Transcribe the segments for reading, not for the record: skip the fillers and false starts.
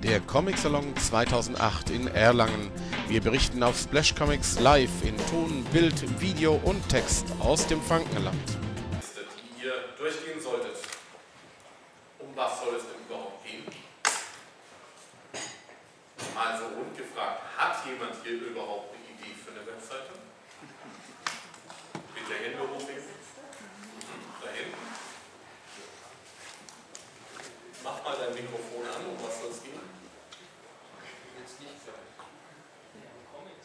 Der Comic Salon 2008 in Erlangen. Wir berichten auf Splash Comics live in Ton, Bild, Video und Text aus dem Frankenland. Die ihr durchgehen solltet. Um was soll es denn überhaupt gehen? Also rund gefragt, hat jemand hier überhaupt eine Idee für eine Webseite? Bitte Hände hochheben. Da hinten. Mach mal dein Mikrofon an, um was soll es gehen? Jetzt nicht für Comics.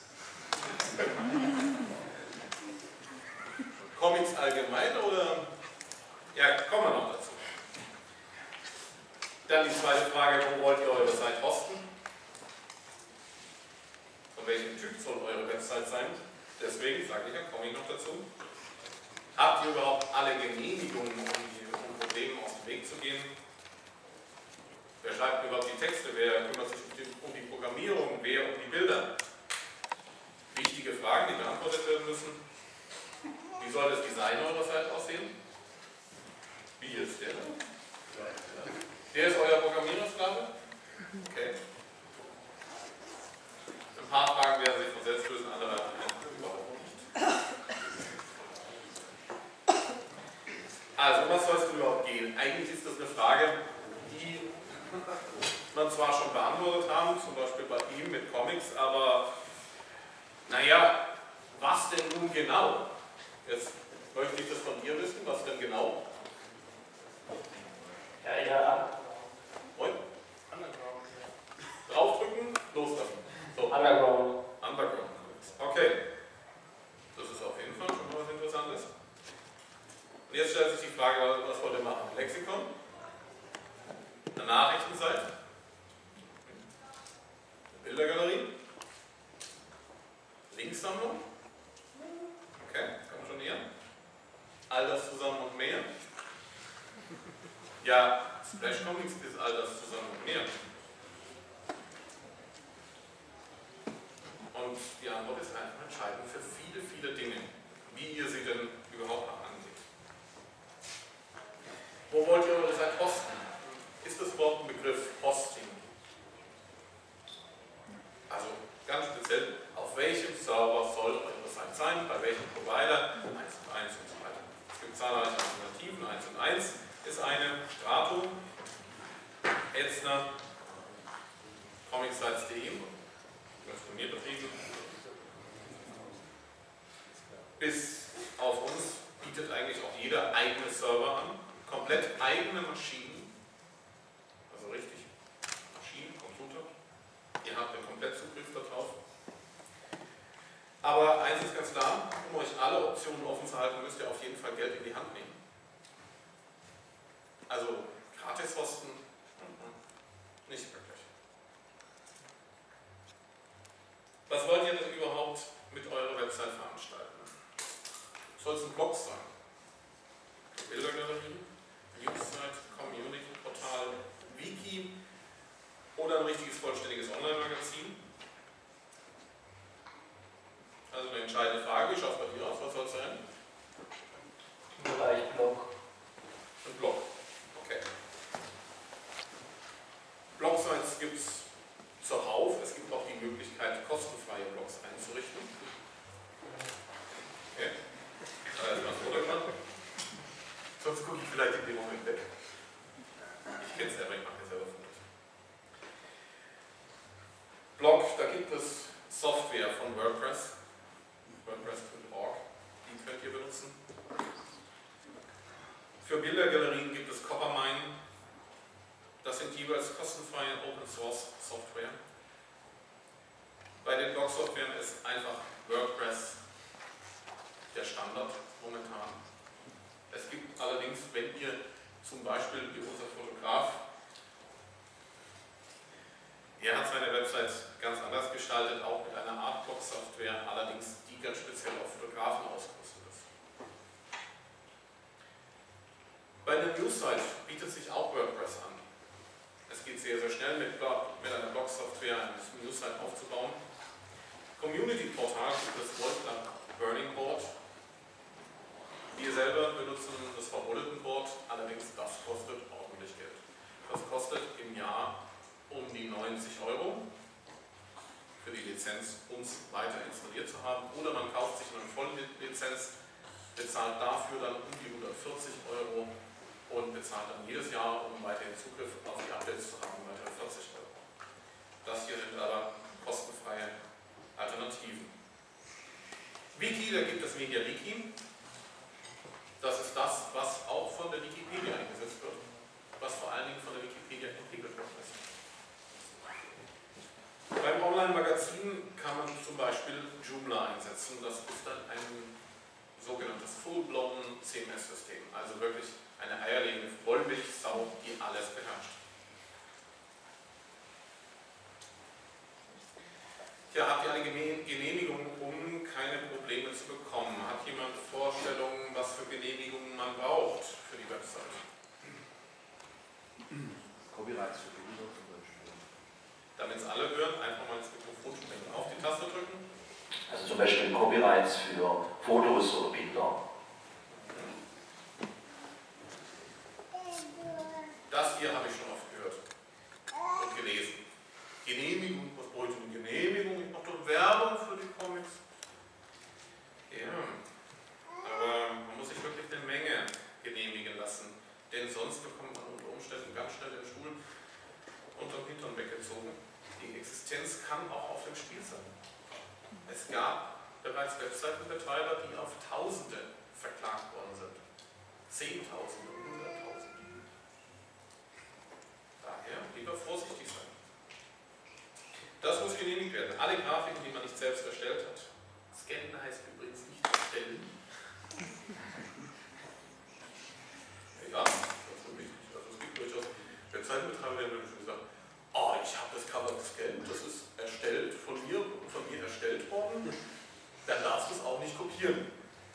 Comics allgemein oder? Ja, kommen wir noch dazu. Dann die zweite Frage, wo wollt ihr eure Website hosten? Von welchem Typ soll eure Website sein? Deswegen sage ich ja, komme ich noch dazu. Habt ihr überhaupt alle Genehmigungen, um Problemen aus dem Weg zu gehen? Wer schreibt überhaupt die Texte? Wer kümmert sich um die Programmierung? Wer um die Bilder? Wichtige Fragen, die beantwortet werden müssen. Wie soll das Design eurer Seite aussehen? Wie ist der? Der ist euer Programmierersklave? Okay. Ein paar Fragen werden sich von selbst lösen, andere überhaupt nicht. Also, um was soll es überhaupt gehen? Eigentlich ist das eine Frage, die man zwar schon beantwortet haben, zum Beispiel bei ihm mit Comics, aber naja, was denn nun genau? Jetzt möchte ich das von dir wissen, was denn genau? Ja. Und? Draufdrücken, los damit. So. Underground. Underground Comics. Okay. Das ist auf jeden Fall schon mal was Interessantes. Und jetzt stellt sich die Frage, was wollt ihr machen? Lexikon? Eine Nachrichtenseite? Eine Bildergalerie? Linksammlung? Okay, kann man schon näher. All das zusammen und mehr? Ja, Splash Comics ist all das zusammen und mehr. Und die Antwort ist einfach entscheidend für viele, viele Dinge, wie ihr sie denn überhaupt noch angeht. Wo wollt ihr eure Seite hosten? Ist das überhaupt ein Begriff Hosting? Also ganz speziell, auf welchem Server soll eure Seite sein, bei welchem Provider, 1 und 1 und so weiter. Es gibt zahlreiche Alternativen, 1 und 1 ist eine, Strato, Etzner, comicsites.de, das von mir betrieben. Bis auf uns bietet eigentlich auch jeder eigene Server an, komplett eigene Maschinen, also richtig Maschinen, Computer. Ihr habt den Komplettzugriff darauf. Aber eins ist ganz klar, um euch alle Optionen offen zu halten, müsst ihr auf jeden Fall Geld in die Hand nehmen. Also gratis hosten, nicht wirklich. Was wollt ihr denn überhaupt mit eurer Website veranstalten? Soll es ein Blog sein? Eine Bildergalerie? Newssite? Community-Portal? Wiki? Oder ein richtiges vollständiges Online-Magazin? Also eine entscheidende Frage. Wie schaut es bei dir aus? Was soll es sein? Im Bereich Blog. Ein Blog. Okay. Blogsites gibt es zuhauf. Es gibt auch die Möglichkeit, kostenfreie Blogs einzurichten. Okay. Erstmal das Foto gemacht. Sonst gucke ich vielleicht in dem Moment weg. Ich kenne es selber, ich mache mir selber Fotos. Blog, da gibt es Software von WordPress. WordPress.org. Die könnt ihr benutzen. Für Bildergalerien gibt es Coppermine. Das sind jeweils kostenfreie Open Source Software. Bei den Blog-Softwaren ist einfach WordPress der Standard momentan. Es gibt allerdings, wenn ihr zum Beispiel wie unser Fotograf, er hat seine Website ganz anders gestaltet, auch mit einer Art Blog-Software, allerdings die ganz speziell auf Fotografen ausgerüstet ist. Bei der Newssite bietet sich auch WordPress an. Es geht sehr, sehr schnell mit einer Blog-Software eine Newssite aufzubauen. Community-Portal gibt es Voltler Burning Board. Wir selber benutzen das Bulletin Board, allerdings das kostet ordentlich Geld. Das kostet im Jahr um die 9 90 € für die Lizenz, uns weiter installiert zu haben. Oder man kauft sich eine Volllizenz, bezahlt dafür dann um die 140 € und bezahlt dann jedes Jahr, um weiterhin Zugriff auf die Updates zu haben, weitere 40 €. Das hier sind aber kostenfreie Alternativen. Wiki, da gibt es MediaWiki. Das ist das, was auch von der Wikipedia eingesetzt wird, was vor allen Dingen von der Wikipedia entwickelt worden ist. Beim Online-Magazin kann man zum Beispiel Joomla einsetzen. Das ist dann ein sogenanntes Full-Blown CMS-System, also wirklich eine eierlegende Wollmilchsau, die alles beherrscht. Ja, habt ihr eine Genehmigung, um keine Probleme zu bekommen? Hat jemand Vorstellungen, was für Genehmigungen man braucht für die Website? Copyrights für Bilder zum Beispiel. Damit es alle hören, einfach mal ins Mikrofon sprechen, auf die Taste drücken. Also zum Beispiel Copyrights für Fotos oder Bilder. Das hier habe ich schon oft gehört und gelesen. Genehmigung, was bräuchte eine Genehmigung? Ich mache doch Werbung für die Comics. Ja, aber man muss sich wirklich eine Menge genehmigen lassen, denn sonst bekommt man unter Umständen ganz schnell den Stuhl unterm Hintern weggezogen. Die Existenz kann auch auf dem Spiel sein. Es gab bereits Webseitenbetreiber, die auf Tausende verklagt worden sind. Zehntausende, Hunderttausende. Daher lieber vorsichtig sein. Das muss genehmigt werden. Alle Grafiken, die man nicht selbst erstellt hat. Scannen heißt übrigens nicht erstellen. Ja, das ist so wichtig. Also es gibt durchaus Webseitenbetreiber, die haben schon gesagt, oh, ich habe das Cover gescannt, das ist erstellt von mir erstellt worden, dann darfst du es auch nicht kopieren.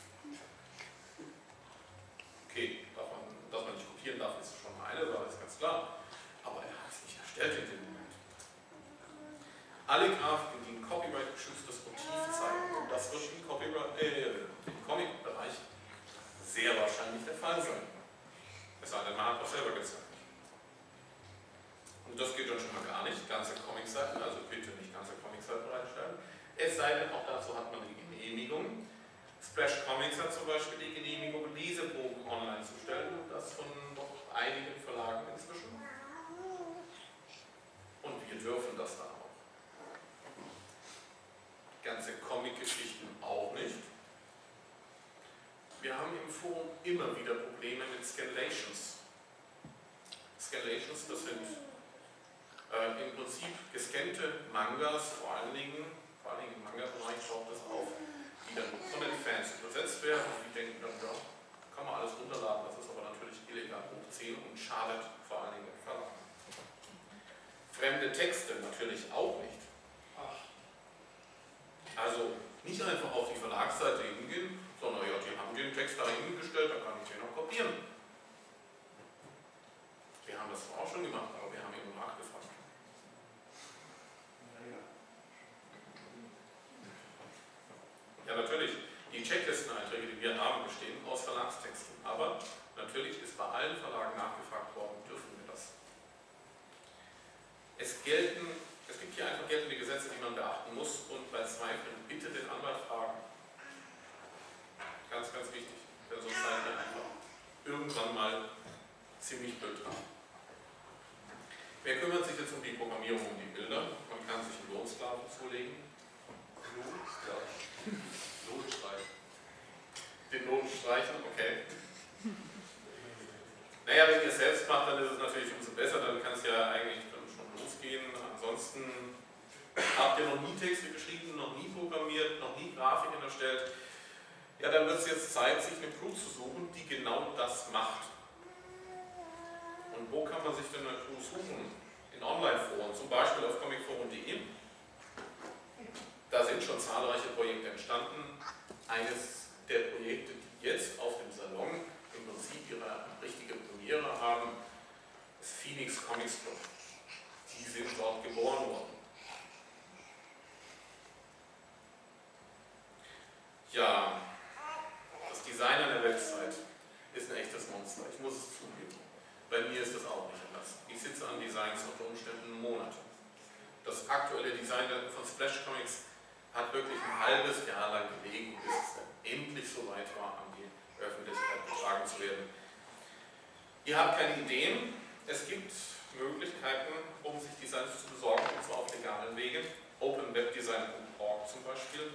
Okay, dass man nicht kopieren darf, ist schon mal eine Sache, ist ganz klar. Aber er hat es nicht erstellt in dem Moment. Alle Grafiken, die ein copyright-geschütztes Motiv zeigen, und das wird im Comic-Bereich sehr wahrscheinlich der Fall sein. Es sei denn, man hat auch selber gezeichnet. Und das geht dann schon mal gar nicht, ganze Comicseiten, also bitte nicht ganze Comicseiten bereitstellen. Es sei denn, auch dazu hat man die Genehmigung. Splash Comics hat zum Beispiel die Genehmigung, Lesebogen online zu stellen, und das von doch einigen Verlagen inzwischen. Und wir dürfen das da auch. Ganze Comic-Geschichten auch nicht. Wir haben im Forum immer wieder Probleme mit Scanlations. Scanlations, das sind im Prinzip gescannte Mangas, vor allen Dingen im Manga-Bereich taucht das auf, die dann von den Fans übersetzt werden und die denken dann, ja, kann man alles runterladen, das ist aber natürlich illegal hoch 10 und schadet vor allen Dingen dem Verlag. Fremde Texte natürlich auch nicht. Also nicht einfach auf die Verlagsseite hingehen, sondern ja, die haben den Text da hingestellt, dann kann ich den auch kopieren. Wir haben das zwar auch schon gemacht, aber wir haben eben nachgefragt. Ja, natürlich, die Checklisteneinträge, die wir haben, bestehen aus Verlagstexten. Aber natürlich ist bei allen Verlagen nachgefragt worden, dürfen wir das. Es gibt hier einfach geltende Gesetze, die man beachten muss, und bei Zweifeln bitte den Anwalt fragen. Ganz, ganz wichtig, denn sonst seid ihr einfach irgendwann mal ziemlich blöd dran. Wer kümmert sich jetzt um die Programmierung, um die Bilder? Man kann sich einen Lohnsklaven zulegen. Lohnstreichen. Den Lohn streichen, okay. Naja, wenn ihr es selbst macht, dann ist es natürlich umso besser, dann kann es ja eigentlich dann schon losgehen. Ansonsten habt ihr noch nie Texte geschrieben, noch nie programmiert, noch nie Grafiken erstellt. Ja, dann wird es jetzt Zeit, sich eine Crew zu suchen, die genau das macht. Und wo kann man sich denn eine Crew suchen? In Online-Foren, zum Beispiel auf comicforum.de. Da sind schon zahlreiche Projekte entstanden. Eines der Projekte, die jetzt auf dem Salon im Prinzip ihre richtige Premiere haben, ist Phoenix Comics Club. Die sind dort geboren worden. Ja, das Design einer Website ist ein echtes Monster. Ich muss es zugeben. Bei mir ist das auch nicht anders. Ich sitze an Designs unter Umständen Monate. aktuelle Design von Splash Comics hat wirklich ein halbes Jahr lang gelegen, bis es dann endlich soweit war, an die Öffentlichkeit getragen zu werden. Ihr habt keine Ideen. Es gibt Möglichkeiten, um sich Designs zu besorgen, und zwar auf legalen Wegen. openwebdesign.org zum Beispiel,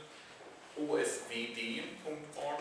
oswd.org.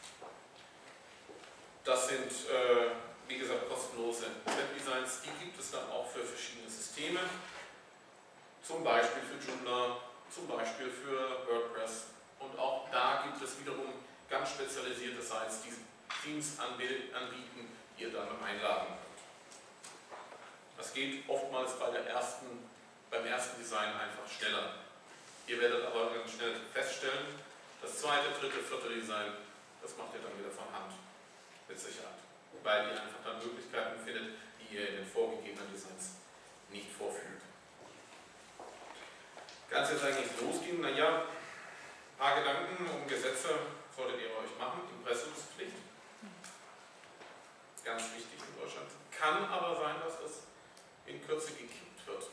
Das sind, wie gesagt, kostenlose Webdesigns. Die gibt es dann auch für verschiedene Systeme, zum Beispiel für Joomla, zum Beispiel für WordPress. Und auch da gibt es wiederum ganz spezialisierte Sites, die Themes anbieten, die ihr dann einladen könnt. Das geht oftmals beim ersten Design einfach schneller. Ihr werdet aber ganz schnell feststellen, das zweite, dritte, vierte Design, das macht ihr dann wieder von Hand, mit Sicherheit. Weil ihr einfach dann Möglichkeiten findet, die ihr in den vorgegebenen Designs nicht vorfühlt. Kann es jetzt eigentlich losgehen? Naja, ein paar Gedanken um Gesetze solltet ihr euch machen. Impressumspflicht. Ganz wichtig in Deutschland. Kann aber sein, dass es in Kürze gekippt wird.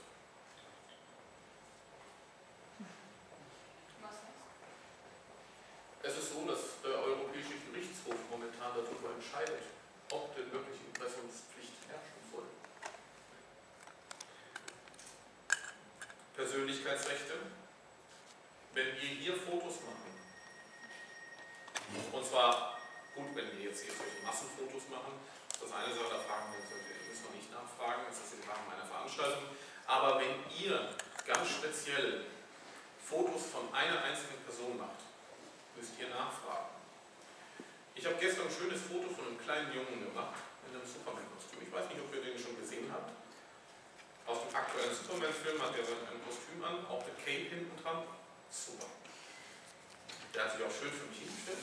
Was heißt? Es ist so, dass der Europäische Gerichtshof momentan darüber entscheidet, ob denn wirklich Impressumspflicht herrschen soll. Persönlichkeitsrechte. Wenn wir hier Fotos machen, und zwar, gut, wenn wir jetzt hier solche Massenfotos machen, das ist eine Sache, da fragen wir, müssen wir nicht nachfragen, das ist im Rahmen einer Veranstaltung, aber wenn ihr ganz speziell Fotos von einer einzelnen Person macht, müsst ihr nachfragen. Ich habe gestern ein schönes Foto von einem kleinen Jungen gemacht, in einem Superman-Kostüm. Ich weiß nicht, ob ihr den schon gesehen habt. Aus dem aktuellen Superman-Film hat er ein Kostüm an, auch mit Cape hinten dran. Super. Der hat sich auch schön für mich hingestellt.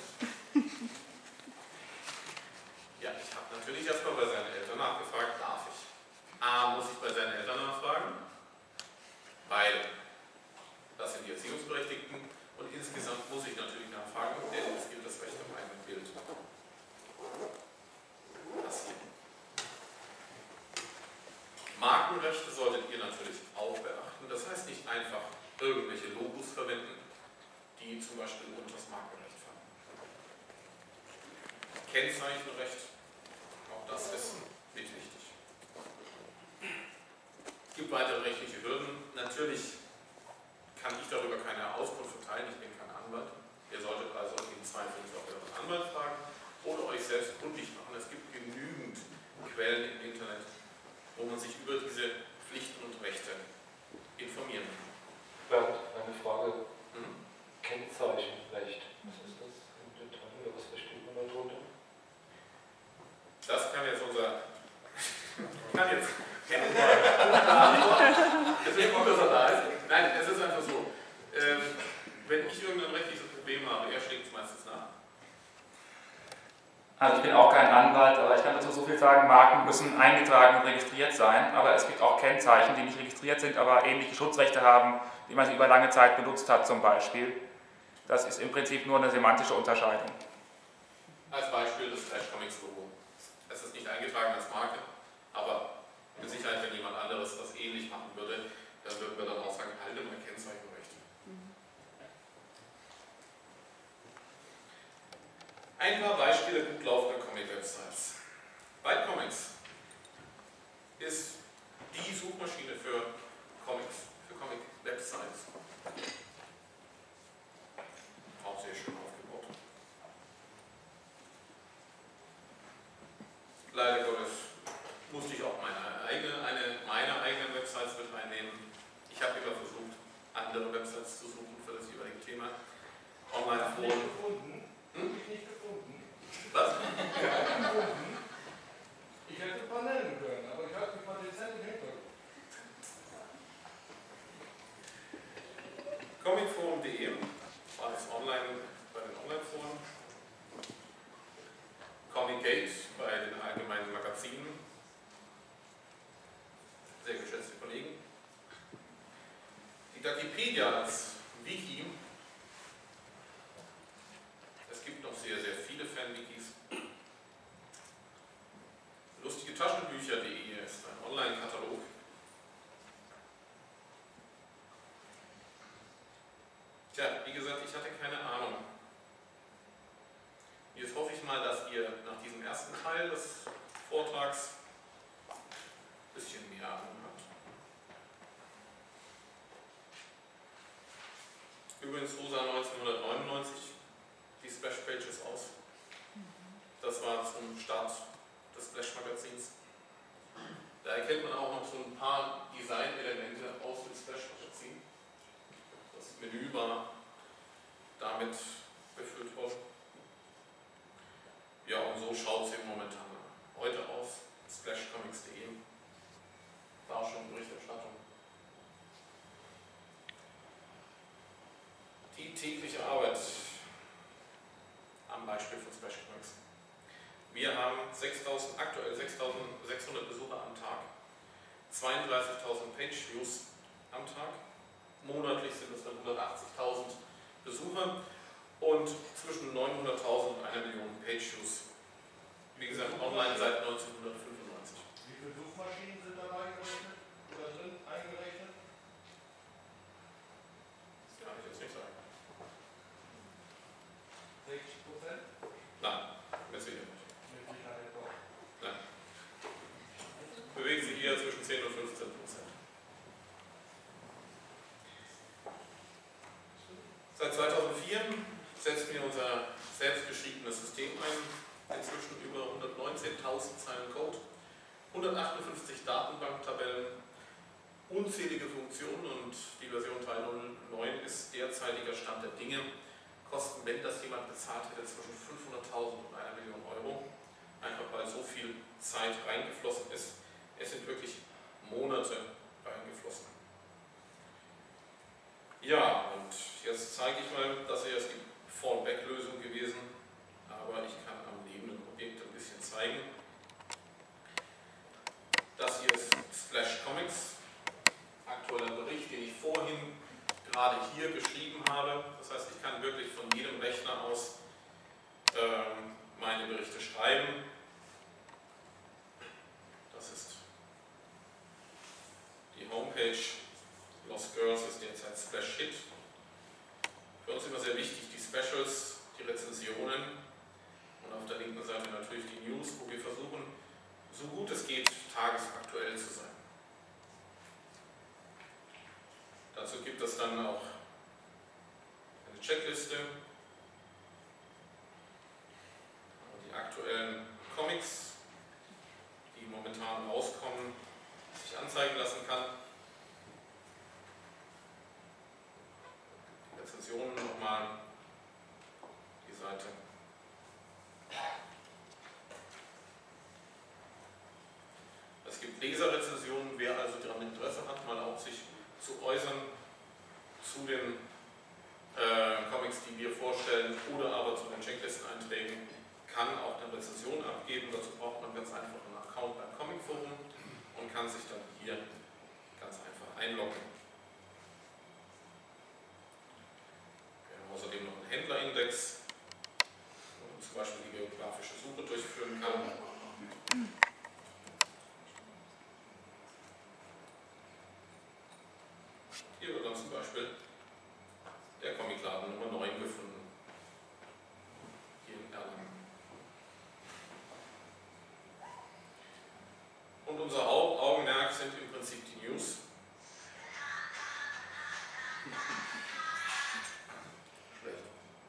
Ja, ich habe natürlich erstmal bei seinen Eltern nachgefragt, darf ich? A, muss ich bei seinen Eltern nachfragen, weil das sind die Erziehungsberechtigten, und insgesamt muss ich natürlich nachfragen, denn es gilt das Recht am eigenen Bild. Das hier. Markenrechte solltet ihr natürlich auch beachten. Das heißt nicht einfach irgendwelche Logos verwenden, die zum Beispiel unter das Markenrecht fallen. Kennzeichenrecht, auch das ist mit wichtig. Es gibt weitere rechtliche Hürden. Natürlich kann ich darüber keine Auskunft verteilen, ich bin kein Anwalt. Ihr solltet also im Zweifel nicht auf euren Anwalt fragen oder euch selbst kundig machen. Es gibt genügend Quellen im Internet, wo man sich über diese Pflichten und Rechte informieren kann. Bernd, eine Frage. Kennzeichenrecht. Was ist das im Detail oder was versteht man darunter? Das kann jetzt unser. Kann jetzt. Deswegen kommt das da ist. Nein, es ist einfach so. Wenn ich irgendein rechtliches Problem habe, er schlägt es meistens nach. Also ich bin auch kein Anwalt, aber ich kann dazu so viel sagen, Marken müssen eingetragen und registriert sein, aber es gibt auch Kennzeichen, die nicht registriert sind, aber ähnliche Schutzrechte haben, die man über lange Zeit benutzt hat zum Beispiel. Das ist im Prinzip nur eine semantische Unterscheidung. Als Beispiel das Splash Comics Logo. Es ist nicht eingetragen als Marke, aber mit Sicherheit, wenn jemand anderes das ähnlich machen würde, dann würden wir dann auch sagen, halte mal Kennzeichenrecht. Ein paar Beispiele gut laufender Comic-Websites. Byte Comics ist die Suchmaschine für Comics, für Comic-Websites. Auch sehr schön aufgebaut. Leider Gottes musste ich auch meine eigenen Websites mit reinnehmen. Ich habe immer versucht, andere Websites zu suchen für das jeweilige Thema. Online-Foren. Nicht gefunden. Was? Ich hätte ein paar nennen können, aber ich habe ein paar dezente Hintergrund. Comicforum.de war jetzt online bei den Online-Foren. Comic-Gate bei den allgemeinen Magazinen. Sehr geschätzte Kollegen. Die Wikipedia als Wiki. Es gibt noch sehr, sehr viele Fan-Wikis. Lustigetaschenbücher.de ist ein Online-Katalog. hatte keine Ahnung. Jetzt hoffe ich mal, dass ihr nach diesem ersten Teil des Vortrags ein bisschen mehr Ahnung habt. Übrigens so sah 1999 die Splash Pages aus. Das war zum Start des Splash-Magazins. Da erkennt man auch noch so ein paar Design-Elemente aus dem Splash-Magazin. Das Menü war damit befüllt worden. Ja, und so schaut es momentan heute aus. Splashcomics.de. War auch schon Berichterstattung. Die tägliche Arbeit am Beispiel von Splash Comics. Wir haben aktuell 6.600 Besucher am Tag, 32.000 Page-Views am Tag, monatlich sind es dann 180.000 Besucher und zwischen 900.000 und 1 Million Page-Views. Wie gesagt, online seit 1995. Wie viele Suchmaschinen sind dabei gerechnet oder drin eingerechnet? Das kann ich jetzt nicht sagen. 60%? Nein, mit Sicherheit nicht. Mit Sicherheit doch. Nein. Bewegt sich hier zwischen 10 und 15%. Seit 2004 setzen wir unser selbstgeschriebenes System ein. Inzwischen über 119.000 Zeilen Code, 158 Datenbanktabellen, unzählige Funktionen und die Version 3.09 ist derzeitiger Stand der Dinge. Kosten, wenn das jemand bezahlt hätte, zwischen 500.000 und 1 Million Euro. Einfach weil so viel Zeit reingeflossen ist. Es sind wirklich Monate reingeflossen. Ja, und jetzt zeige ich mal, das hier ist die Fallback-Lösung gewesen, aber ich kann am lebenden Objekt ein bisschen zeigen. Das hier ist Splash Comics, aktueller Bericht, den ich vorhin gerade hier geschrieben habe. Das heißt, ich kann wirklich von jedem Rechner aus meine Berichte schreiben. Das ist die Homepage. Lost Girls ist derzeit Splash Hit. Für uns immer sehr wichtig die Specials, die Rezensionen und auf der linken Seite natürlich die News, wo wir versuchen, so gut es geht, tagesaktuell zu sein. Dazu gibt es dann auch eine Checkliste, die aktuellen Comics, die momentan rauskommen, sich anzeigen lassen kann. Die Rezensionen nochmal, die Seite. Es gibt Leserrezensionen, wer also daran Interesse hat, mal auch sich zu äußern zu den Comics, die wir vorstellen oder aber zu den Checklisteneinträgen, kann auch eine Rezension abgeben. Dazu braucht man ganz einfach einen Account beim Comicforum und kann sich dann hier ganz einfach einloggen. Wir haben außerdem noch einen Händlerindex, wo man zum Beispiel die geografische Suche durchführen kann. Hier wird dann zum Beispiel der Comicladen Nummer 9 gefunden. Hier in Erlangen. Und unser Hauptaugenmerk sind im Prinzip die News. Schlecht.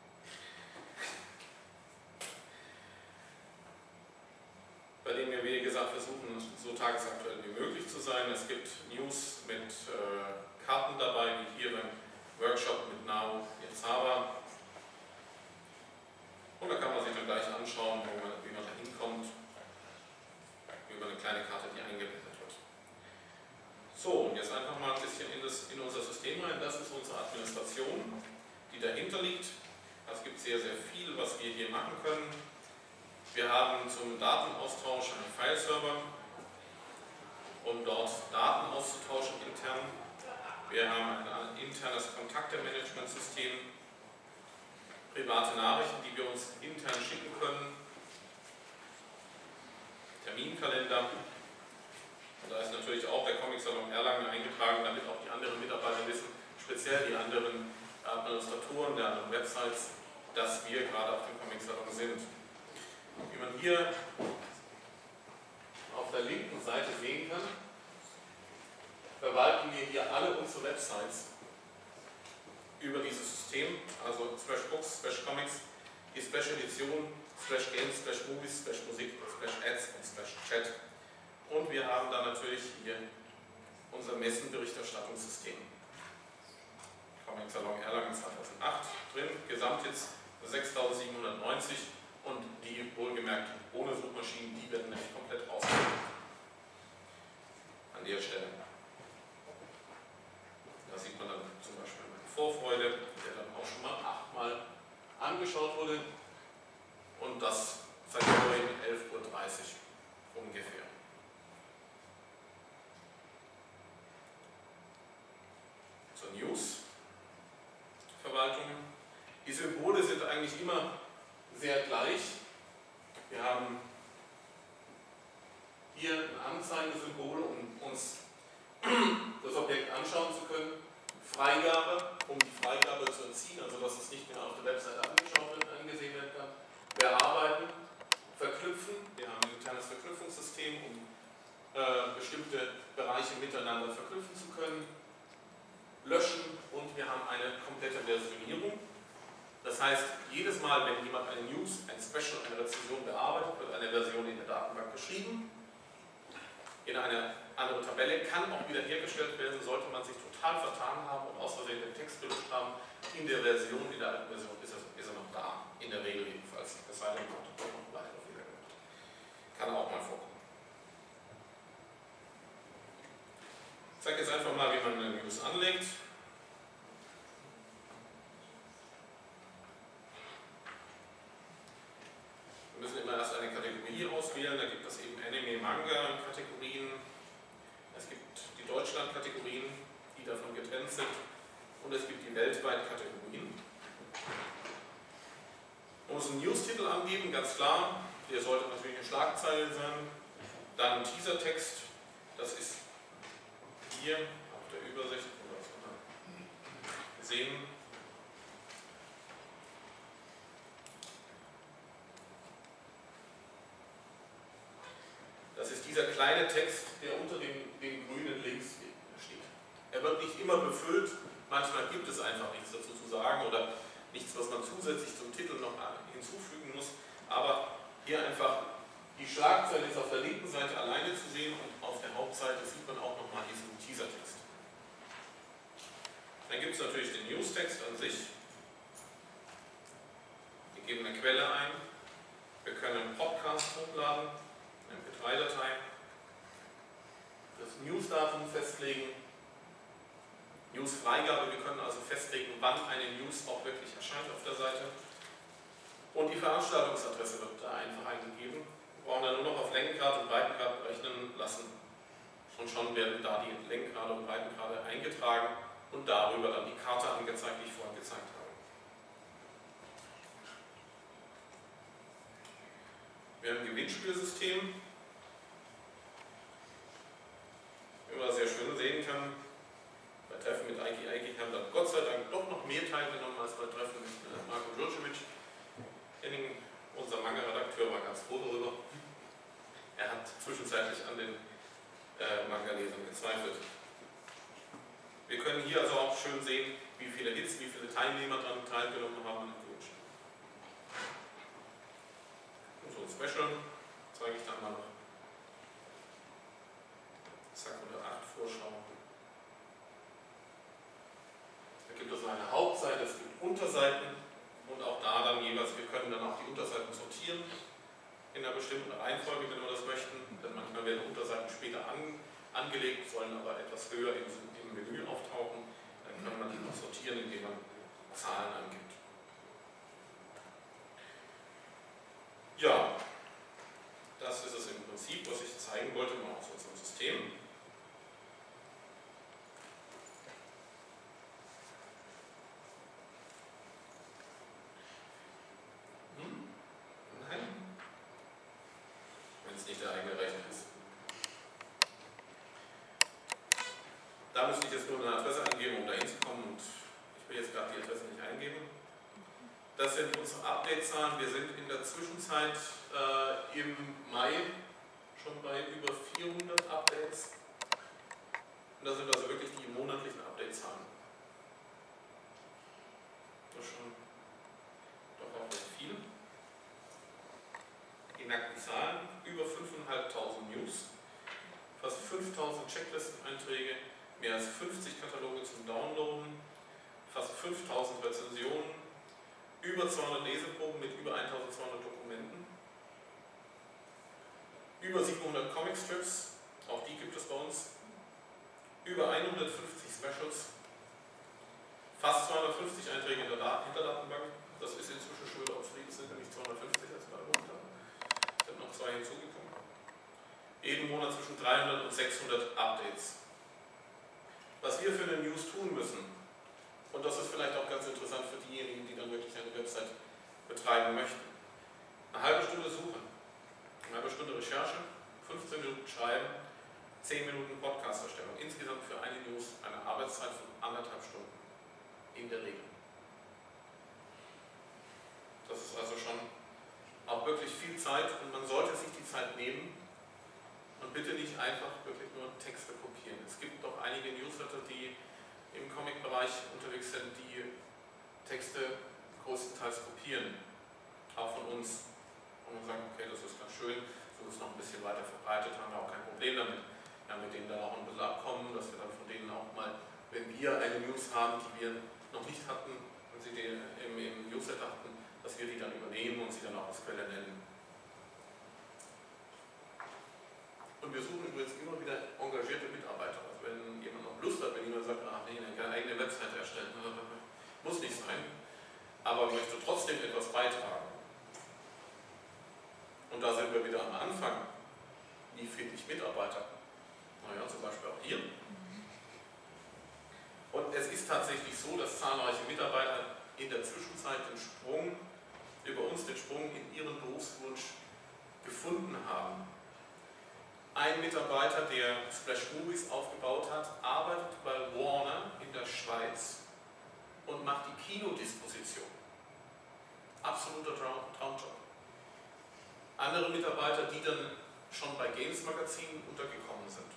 Bei denen wir, wie gesagt, versuchen, so tagesaktuell wie möglich zu sein. Es gibt News mit Karten dabei, wie hier beim Workshop mit Nao Yazaba. Und da kann man sich dann gleich anschauen, wie man da hinkommt, über eine kleine Karte, die eingeblendet wird. So, und jetzt einfach mal ein bisschen in unser System rein. Das ist unsere Administration, die dahinter liegt. Es gibt sehr, sehr viel, was wir hier machen können. Wir haben zum Datenaustausch einen Fileserver, um dort Daten auszutauschen intern. Wir haben ein internes Kontakte-Management-System, private Nachrichten, die wir uns intern schicken können, Terminkalender. Und da ist natürlich auch der Comic-Salon Erlangen eingetragen, damit auch die anderen Mitarbeiter wissen, speziell die anderen Administratoren der anderen Websites, dass wir gerade auf dem Comic-Salon sind. Wie man hier auf der linken Seite sehen kann, verwalten wir hier alle unsere Websites über dieses System, also /Books, /Comics, die /Edition, /Games, /Movies, /Musik, /Ads und /Chat. Und wir haben dann natürlich hier unser Messenberichterstattungssystem. Comic Salon Erlangen 2008 drin, gesamt jetzt 6.790 und die wohlgemerkt ohne Suchmaschinen, die werden nämlich komplett rausgenommen. An der Stelle. Da sieht man dann zum Beispiel meine Vorfreude, der dann auch schon mal 8-mal angeschaut wurde und das seit vorhin 11.30 Uhr ungefähr. Zur News-Verwaltung. Die Symbole sind eigentlich immer sehr gleich. Wir haben hier ein Anzeigesymbol, um uns das Objekt anschauen zu können. Freigabe, um die Freigabe zu entziehen, also dass es nicht mehr auf der Website angesehen werden kann. Bearbeiten, verknüpfen. Wir haben ein internes Verknüpfungssystem, um bestimmte Bereiche miteinander verknüpfen zu können. Löschen und wir haben eine komplette Versionierung. Das heißt, jedes Mal, wenn jemand eine News, ein Special, eine Rezension bearbeitet, wird eine Version in der Datenbank geschrieben, in eine andere Tabelle, kann auch wieder hergestellt werden, sollte man sich total vertan haben und aus Versehen den Text gelöscht haben. In der Version, in der alten Version ist er noch da, in der Regel jedenfalls. Es sei denn, man hat doch noch weitere Fehler gemacht. Kann auch mal vorkommen. Ich zeige jetzt einfach mal, wie man eine News anlegt. Wir müssen immer erst eine Kategorie auswählen, da gibt es eben Anime-Manga-Kategorien, es gibt die Deutschland-Kategorien, die davon getrennt sind, und es gibt die weltweiten Kategorien. Man muss einen News-Titel angeben, ganz klar, der sollte natürlich eine Schlagzeile sein, dann ein Teasertext, das ist hier auf der Übersicht, sehen. Das ist dieser kleine Text, der unter den grünen Links steht. Er wird nicht immer befüllt, manchmal gibt es einfach nichts dazu zu sagen oder nichts, was man zusätzlich zum Titel noch hinzufügen muss, aber hier einfach die Schlagzeile ist auf der linken Seite alleine zu sehen und auf der Hauptseite sieht man auch nochmal diesen Teasertext. Dann gibt es natürlich den Newstext an sich. Wir geben eine Quelle ein. Wir können einen Podcast hochladen, eine MP3-Datei. Das Newsdatum festlegen. Newsfreigabe, wir können also festlegen, wann eine News auch wirklich erscheint auf der Seite. Und die Veranstaltungsadresse wird da einfach eingegeben. Wir brauchen dann nur noch auf Längengrad und Breitengrad berechnen lassen. Und schon werden da die Längengrade und Breitengrade eingetragen und darüber dann die Karte angezeigt, die ich vorhin gezeigt habe. Wir haben ein Gewinnspielsystem, wie man sehr schön sehen kann. Bei Treffen mit Eiki haben dann Gott sei Dank doch noch mehr teilgenommen als bei Treffen mit Marko Djurdjevic. Henning, unser Manga-Redakteur, war ganz froh darüber. Er hat zwischenzeitlich an den Manga-Lesern gezweifelt. Wir können hier also auch schön sehen, wie viele Hits, wie viele Teilnehmer daran teilgenommen haben an dem Gewinnspiel. Und so ein Special zeige ich dann mal noch. Zack, 108 Vorschau. Da gibt es eine Hauptseite, es gibt Unterseiten und auch da dann jeweils, wir können dann auch die Unterseiten sortieren in einer bestimmten Reihenfolge, wenn wir das möchten, denn manchmal werden Unterseiten später angelegt, sollen aber etwas höher im Menü auftauchen, dann kann man die noch sortieren, indem man Zahlen angibt. Ja, das ist es im Prinzip, was ich zeigen wollte, mal aus unserem System. Nein, wenn es nicht der eigene Rechner ist. Da müsste ich jetzt nur eine Adresse angeben, um da hinzukommen, und ich Ich will jetzt gerade die Adresse nicht eingeben. Das sind unsere Update-Zahlen. Wir sind in der Zwischenzeit im Mai schon bei über 400 Updates. Und das sind also wirklich die monatlichen Update-Zahlen. Das ist schon doch auch recht viel. Die nackten Zahlen, über 5.500 News, fast 5.000 Checklisten-Einträge, mehr als 50 Kataloge zum Downloaden, fast 5.000 Rezensionen, über 200 Leseproben mit über 1.200 Dokumenten, über 700 Comicstrips, auch die gibt es bei uns, über 150 Specials, fast 250 Einträge in der Hinterdatenbank. Das ist inzwischen schon wieder obsolet, es sind nämlich 250 als wir haben. Es sind noch 2 hinzugekommen. Jeden Monat zwischen 300 und 600 Updates. Was wir für eine News tun müssen, und das ist vielleicht auch ganz interessant für diejenigen, die dann wirklich eine Website betreiben möchten. Eine halbe Stunde suchen, eine halbe Stunde Recherche, 15 Minuten schreiben, 10 Minuten Podcast-Erstellung. Insgesamt für eine News eine Arbeitszeit von 1,5 Stunden. In der Regel. Das ist also schon auch wirklich viel Zeit und man sollte sich die Zeit nehmen und bitte nicht einfach wirklich nur Texte kopieren. Es gibt doch einige Newsletter, die im Comic-Bereich unterwegs sind, die Texte größtenteils kopieren. Auch von uns. Und man sagt, okay, das ist ganz schön, so ist es noch ein bisschen weiter verbreitet, haben wir auch kein Problem damit. Wir haben mit denen dann auch ein bisschen abkommen, dass wir dann von denen auch mal, wenn wir eine News haben, die wir noch nicht hatten, und sie die im Newsletter hatten, dass wir die dann übernehmen und sie dann auch als Quelle nennen. Und wir suchen übrigens immer wieder engagierte Mitarbeiter. Also wenn jemand noch Lust hat, wenn jemand sagt, ach nee, eine eigene Website erstellen, muss nicht sein, aber möchte trotzdem etwas beitragen. Und da sind wir wieder am Anfang. Wie finde ich Mitarbeiter? Naja, zum Beispiel auch hier. Und es ist tatsächlich so, dass zahlreiche Mitarbeiter in der Zwischenzeit den Sprung, über uns den Sprung in ihren Berufswunsch gefunden haben. Ein Mitarbeiter, der Splash Movies aufgebaut hat, arbeitet bei Warner in der Schweiz und macht die Kinodisposition. Absoluter Traumjob. Andere Mitarbeiter, die dann schon bei Games Magazin untergekommen sind.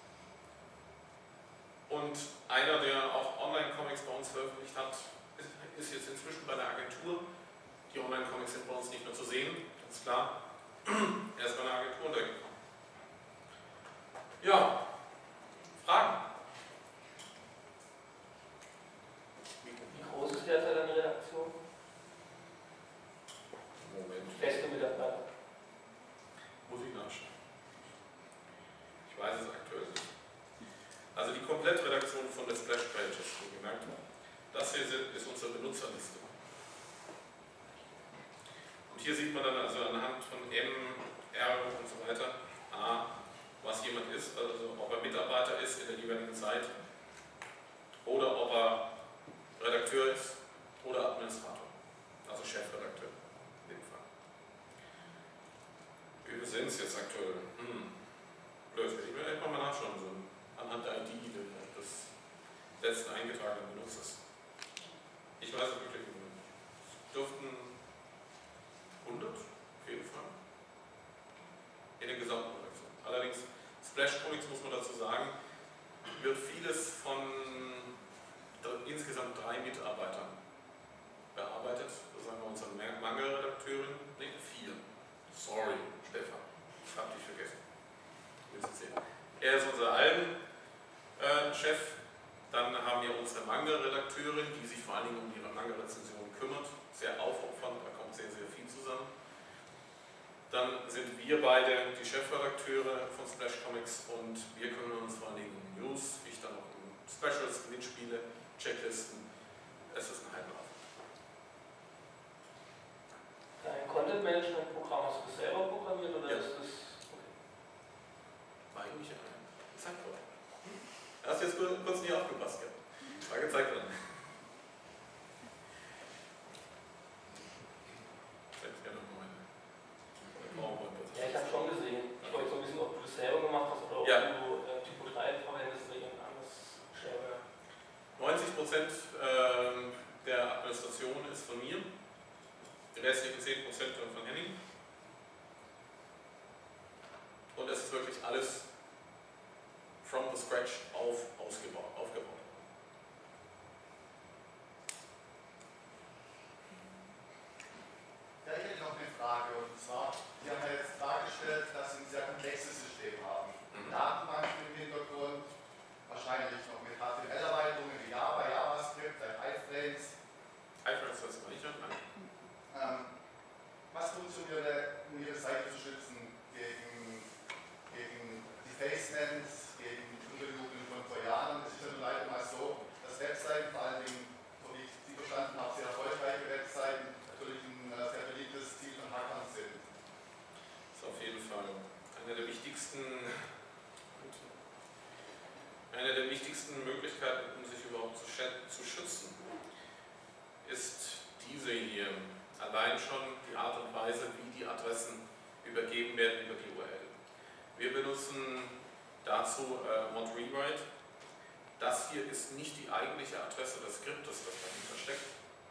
Und einer, der auch Online-Comics bei uns veröffentlicht hat, ist jetzt inzwischen bei einer Agentur. Die Online-Comics sind bei uns nicht mehr zu sehen, ganz klar. Er ist bei einer Agentur untergekommen. Ja, Fragen? Wie groß ist derzeit eine Redaktion? Moment. Feste Mitarbeiter. Muss ich nachschauen. Ich weiß es aktuell nicht. Also die Komplettredaktion von der Splash Pages, wie gemerkt, das hier ist unsere Benutzerliste. Und hier sieht man dann also anhand von M, R und so weiter, was jemand ist, also ob er Mitarbeiter ist in der jeweiligen Zeit oder ob er Redakteur ist oder Administrator, also Chefredakteur in dem Fall. Wie viel sind es jetzt aktuell? Blöd, ich will einfach mal nachschauen, so anhand der ID des letzten eingetragenen Benutzers. Ich weiß es wirklich nicht. Es dürften 100 auf jeden Fall in der gesamten Redaktion. Allerdings, Splash Comics, muss man dazu sagen, wird vieles von insgesamt 3 Mitarbeitern bearbeitet. Das sagen wir unsere Manga-Redakteurin. Ne, 4. Sorry, Stefan. Ich habe dich vergessen. Er ist unser Alben-Chef. Dann haben wir unsere Manga-Redakteurin, die sich vor allen Dingen um ihre Manga-Rezensionen kümmert. Sehr aufopfernd, da kommt sehr, sehr viel zusammen. Dann sind wir beide die Chefredakteure von Splash Comics und wir kümmern uns vor allen Dingen um News, ich dann auch um Specials, Gewinnspiele, Checklisten. Es ist ein Halblauf. Dein Content-Management-Programm hast du das selber programmiert oder Ja. ist das... War eigentlich gezeigt worden. Du hast jetzt kurz nicht aufgepasst, ja. War gezeigt worden. Ja, ich habe schon gesehen. Ich wollte so ein bisschen, ob du das selber gemacht hast oder ob Ja. du Typo 3 verwendest oder irgendein anderes Shareware. 90% Information ist von mir, die restlichen 10% dann von Henning. Und es ist wirklich alles from the scratch aufgebaut. Ja, ich hätte noch eine Frage, und zwar, Sie haben ja jetzt dargestellt, dass Sie ein sehr komplexes System haben. Datenbanken im Hintergrund, wahrscheinlich noch mit HTML-Erweiterungen wie Java, JavaScript, iframes. iframes soll es mal nicht hören. Was tun Sie, um Ihre Seite zu schützen gegen Defacements, gegen Unterjubeln von Trojanern? Es ist ja nun leider mal so, dass Webseiten, vor allen Dingen, so wie ich Sie verstanden habe, sehr erfolgreiche Webseiten, natürlich ein sehr beliebtes Ziel von Hackern sind. Das ist auf jeden Fall eine der wichtigsten Möglichkeiten, um sich überhaupt zu schützen, ist diese hier. Allein schon die Art und Weise, wie die Adressen übergeben werden über die URL. Wir benutzen dazu Mod Rewrite. Das hier ist nicht die eigentliche Adresse des Skriptes, das dahinter steckt.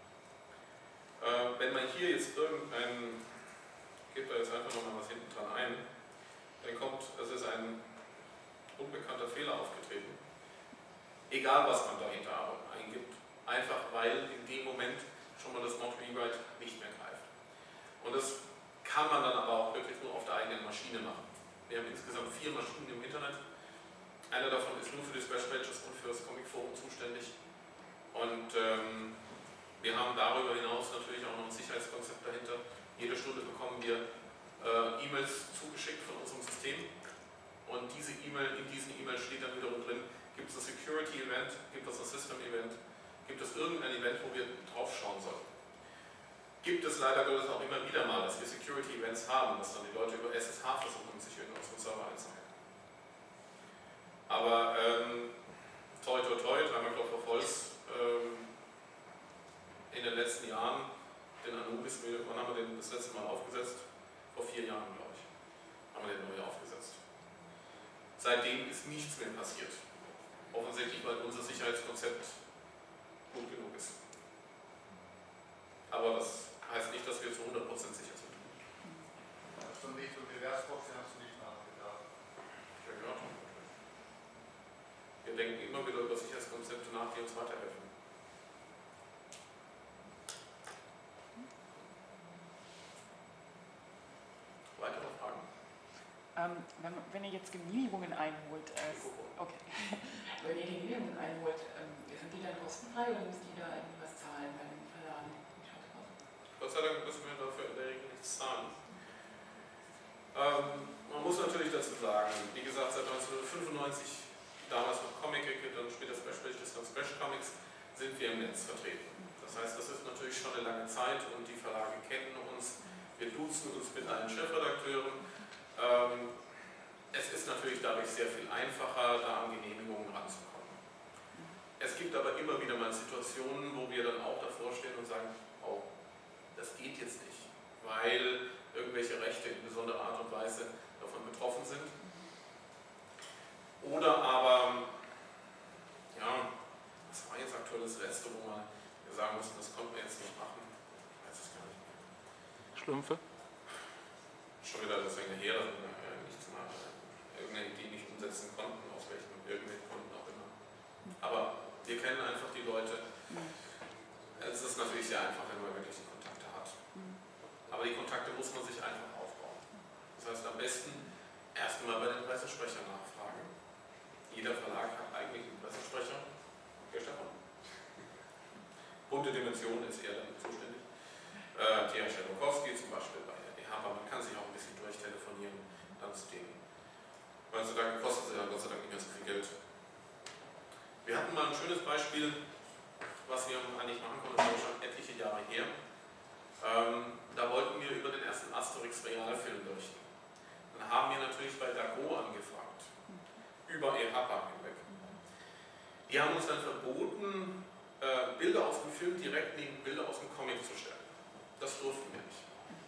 Wenn man hier jetzt ich gebe da jetzt einfach nochmal was hinten dran ein, dann kommt, es ist ein unbekannter Fehler aufgetreten. Egal, was man dahinter eingibt. Einfach weil in dem Moment schon mal das Mod Rewrite nicht mehr greift. Und das kann man dann aber auch wirklich nur auf der eigenen Maschine machen. Wir haben insgesamt 4 Maschinen im Internet. Eine davon ist nur für die Splash Pages und für das Comic Forum zuständig. Und wir haben darüber hinaus natürlich auch noch ein Sicherheitskonzept dahinter. Jede Stunde bekommen wir E-Mails zugeschickt von unserem System. Und in diesen E-Mails steht dann wiederum drin, gibt es ein Security-Event, gibt es ein System-Event, gibt es irgendein Event, wo wir drauf schauen sollen. Gibt es leider Gottes auch immer wieder mal, dass wir Security-Events haben, dass dann die Leute über SSH versuchen, sich in unseren Server einzuhacken. Aber toi toi toi, dreimal Klopf auf Holz, in den letzten Jahren, den Anubis, wann haben wir den das letzte Mal aufgesetzt? Vor 4 Jahren, glaube ich, haben wir den neu aufgesetzt. Seitdem ist nichts mehr passiert. Offensichtlich, weil unser Sicherheitskonzept gut genug ist. Aber das heißt nicht, dass wir zu 100% sicher sind. Also nicht über Gewährsbox, hast du nicht nachgedacht. Ja, genau. Wir denken immer wieder über Sicherheitskonzepte nach, die uns weiterhelfen. Weitere Fragen? Wenn ihr jetzt Genehmigungen einholt, okay. Wenn ihr Genehmigungen einholt, sind die dann kostenfrei oder müsst ihr da irgendwie was zahlen bei den Verlagen? Gott sei Dank müssen wir dafür in der Regel nichts zahlen. Man muss natürlich dazu sagen, wie gesagt, seit 1995, damals noch Comic-Ecke, dann später Splash Pages, dann Splash Comics, sind wir im Netz vertreten. Das heißt, das ist natürlich schon eine lange Zeit und die Verlage kennen uns. Wir duzen uns mit allen Chefredakteuren. Es ist natürlich dadurch sehr viel einfacher, da an Genehmigungen ranzukommen. Es gibt aber immer wieder mal Situationen, wo wir dann auch davor stehen und sagen, oh, das geht jetzt nicht, weil irgendwelche Rechte in besonderer Art und Weise davon betroffen sind. Oder aber, ja, was war jetzt aktuell das Letzte, wo wir sagen mussten, das konnten wir jetzt nicht machen? Ich weiß es gar nicht mehr. Schlümpfe? Schon wieder das länger her, dass wir nichts mal irgendeine Idee nicht umsetzen konnten, aus irgendwelchen Gründen auch immer. Aber wir kennen einfach die Leute. Es ist natürlich sehr einfach, wenn man wirklich die Kontakte hat. Aber die Kontakte muss man sich einfach aufbauen. Das heißt, am besten erstmal bei den Pressesprechern nachfragen. Jeder Verlag hat eigentlich einen Pressesprecher. Der Stefan. Bunte Dimension ist er dann zuständig. Thea Scherlokowski zum Beispiel bei EHPA. Man kann sich auch ein bisschen durchtelefonieren, dann zu denen. Heutzutage kostet sie dann Gott sei Dank nicht mehr so viel Geld. Wir hatten mal ein schönes Beispiel, was wir eigentlich machen konnten, das ist schon etliche Jahre her. Da wollten wir über den ersten Asterix-Realfilm berichten. Dann haben wir natürlich bei Dago angefragt, über EHPA hinweg. Die haben uns dann verboten, Bilder aus dem Film direkt neben Bilder aus dem Comic zu stellen. Das durften wir nicht.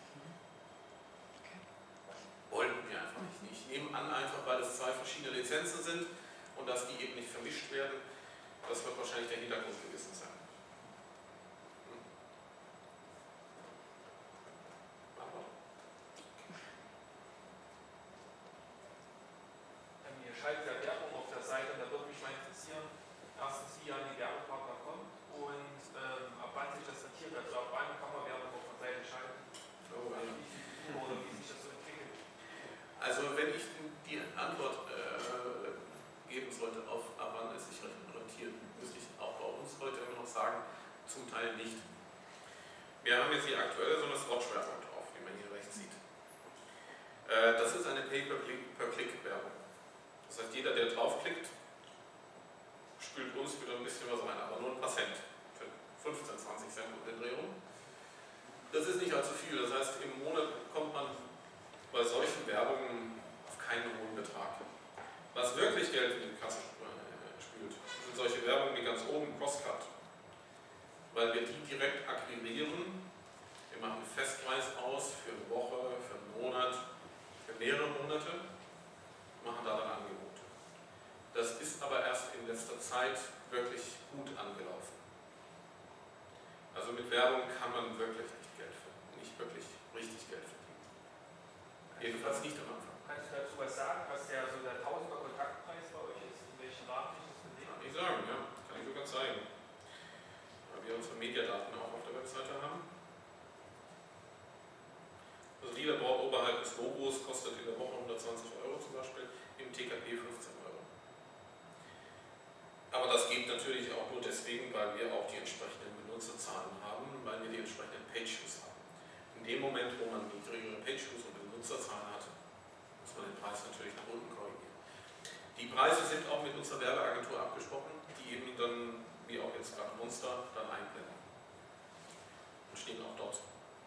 Wollten wir einfach nicht. Ich nehme an, einfach weil es 2 verschiedene Lizenzen sind und dass die eben nicht vermischt werden. Das wird wahrscheinlich der Hintergrund gewesen sein. Also wenn ich die Antwort geben sollte auf, ab wann es sich rentiert, müsste ich auch bei uns heute immer noch sagen, zum Teil nicht. Wir haben jetzt hier aktuell so eine Swatch-Werbung drauf, wie man hier rechts sieht. Das ist eine Pay-per-Click-Werbung. Das heißt, jeder, der draufklickt, spült uns wieder ein bisschen was rein, aber nur ein paar Cent. Für 15, 20 Cent um den Dreh rum. Das ist nicht allzu viel. Das heißt, im Monat kommt man bei solchen Werbungen auf keinen hohen Betrag. Was wirklich Geld in die Kasse spült, sind solche Werbungen wie ganz oben Crosscut. Weil wir die direkt akquirieren. Wir machen einen Festpreis aus für eine Woche, für einen Monat, für mehrere Monate, machen da dann Angebote. Das ist aber erst in letzter Zeit wirklich gut angelaufen. Also mit Werbung kann man wirklich nicht wirklich richtig Geld verdienen. Jedenfalls nicht am Anfang. Kannst du dazu was sagen, was der 1000er Kontaktpreis bei euch ist? In welchen Rahmen ich das gesehen Kann ich sagen, ja. Kann ich sogar zeigen. Weil wir unsere Mediadaten auch auf der Webseite haben. Also Leaderboard oberhalb des Logos kostet in der Woche 120 € zum Beispiel, im TKP 15 €. Aber das geht natürlich auch nur deswegen, weil wir auch die entsprechenden Benutzerzahlen haben, weil wir die entsprechenden Page-Views haben. In dem Moment, wo man niedrigere Page-Views und Benutzerzahlen hat, muss man den Preis natürlich nach unten korrigieren. Die Preise sind auch mit unserer Werbeagentur abgesprochen, die eben dann, wie auch jetzt gerade Monster, dann einblenden. Und stehen auch dort.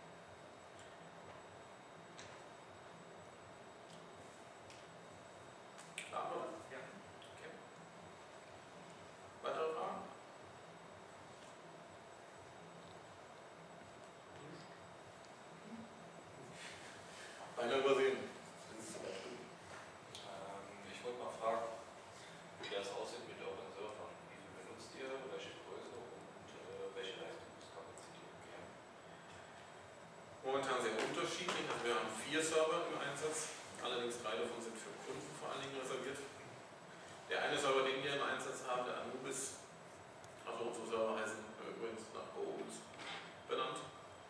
Klar, oder? Ja. Okay. Weitere Fragen? Einer übersehen. Ich wollte mal fragen, wie das aussieht mit euren Servern. Wie viel benutzt ihr, welche Größe und welche Leistungskapazität? Momentan sehr unterschiedlich. Also wir haben 4 Server im Einsatz, allerdings 3 davon sind für Kunden vor allen Dingen reserviert. Der eine Server, den wir im Einsatz haben, der Anubis, also unsere Server heißen übrigens nach Go-Uls benannt.